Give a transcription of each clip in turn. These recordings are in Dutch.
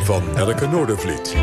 van Elke Noordervliet.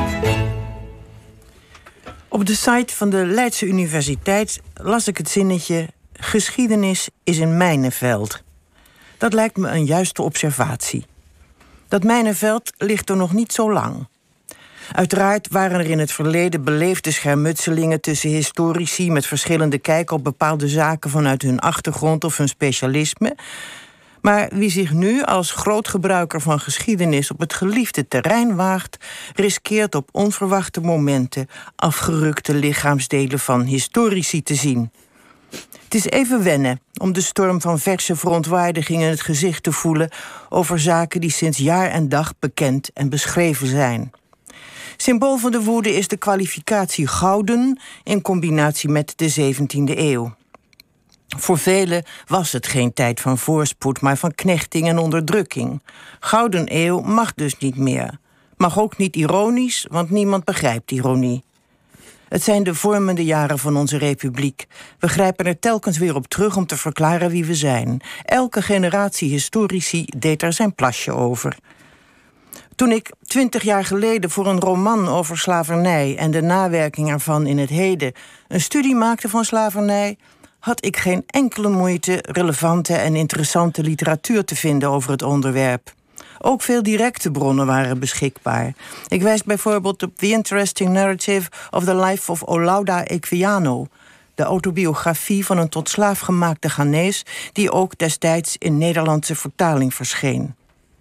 Op de site van de Leidse Universiteit las ik het zinnetje: geschiedenis is een mijnenveld. Dat lijkt me een juiste observatie. Dat mijnenveld ligt er nog niet zo lang. Uiteraard waren er in het verleden beleefde schermutselingen tussen historici met verschillende kijken op bepaalde zaken vanuit hun achtergrond of hun specialisme. Maar wie zich nu als grootgebruiker van geschiedenis op het geliefde terrein waagt, riskeert op onverwachte momenten afgerukte lichaamsdelen van historici te zien. Het is even wennen om de storm van verse verontwaardiging in het gezicht te voelen over zaken die sinds jaar en dag bekend en beschreven zijn. Symbool van de woede is de kwalificatie gouden in combinatie met de 17e eeuw. Voor velen was het geen tijd van voorspoed, maar van knechting en onderdrukking. Gouden eeuw mag dus niet meer. Mag ook niet ironisch, want niemand begrijpt ironie. Het zijn de vormende jaren van onze republiek. We grijpen er telkens weer op terug om te verklaren wie we zijn. Elke generatie historici deed er zijn plasje over. Toen ik 20 jaar geleden voor een roman over slavernij en de nawerking ervan in het heden een studie maakte van slavernij, had ik geen enkele moeite relevante en interessante literatuur te vinden over het onderwerp. Ook veel directe bronnen waren beschikbaar. Ik wijs bijvoorbeeld op The Interesting Narrative of the Life of Olaudah Equiano, de autobiografie van een tot slaaf gemaakte Ghanees, die ook destijds in Nederlandse vertaling verscheen.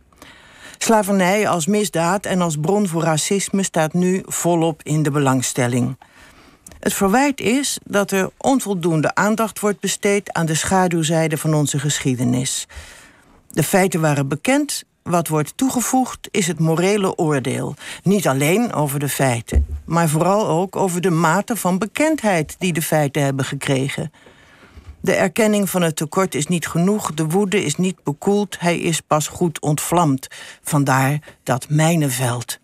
Slavernij als misdaad en als bron voor racisme staat nu volop in de belangstelling. Het verwijt is dat er onvoldoende aandacht wordt besteed aan de schaduwzijde van onze geschiedenis. De feiten waren bekend. Wat wordt toegevoegd is het morele oordeel. Niet alleen over de feiten, maar vooral ook over de mate van bekendheid die de feiten hebben gekregen. De erkenning van het tekort is niet genoeg, de woede is niet bekoeld, hij is pas goed ontvlamd. Vandaar dat mijnenveld.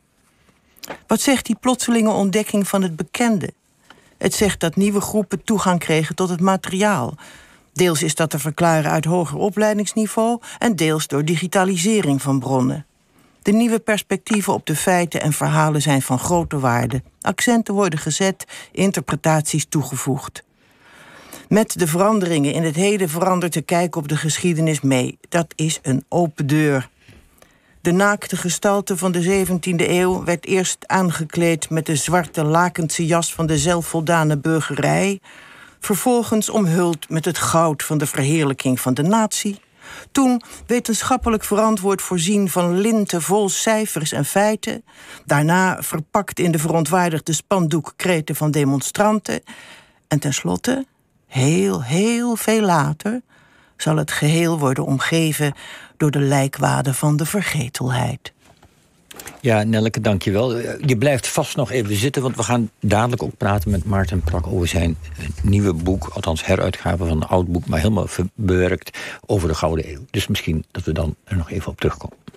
Wat zegt die plotselinge ontdekking van het bekende? Het zegt dat nieuwe groepen toegang kregen tot het materiaal. Deels is dat te verklaren uit hoger opleidingsniveau en deels door digitalisering van bronnen. De nieuwe perspectieven op de feiten en verhalen zijn van grote waarde. Accenten worden gezet, interpretaties toegevoegd. Met de veranderingen in het heden verandert de kijk op de geschiedenis mee. Dat is een open deur. De naakte gestalte van de 17e eeuw werd eerst aangekleed met de zwarte lakense jas van de zelfvoldane burgerij, vervolgens omhuld met het goud van de verheerlijking van de natie, toen wetenschappelijk verantwoord voorzien van linten vol cijfers en feiten, daarna verpakt in de verontwaardigde spandoekkreten van demonstranten, en tenslotte, heel veel later, zal het geheel worden omgeven door de lijkwaden van de vergetelheid. Ja, Nelleke, dank je wel. Je blijft vast nog even zitten, want we gaan dadelijk ook praten met Maarten Prak over zijn nieuwe boek, althans heruitgave van een oud boek, maar helemaal bewerkt over de Gouden Eeuw. Dus misschien dat we dan er nog even op terugkomen.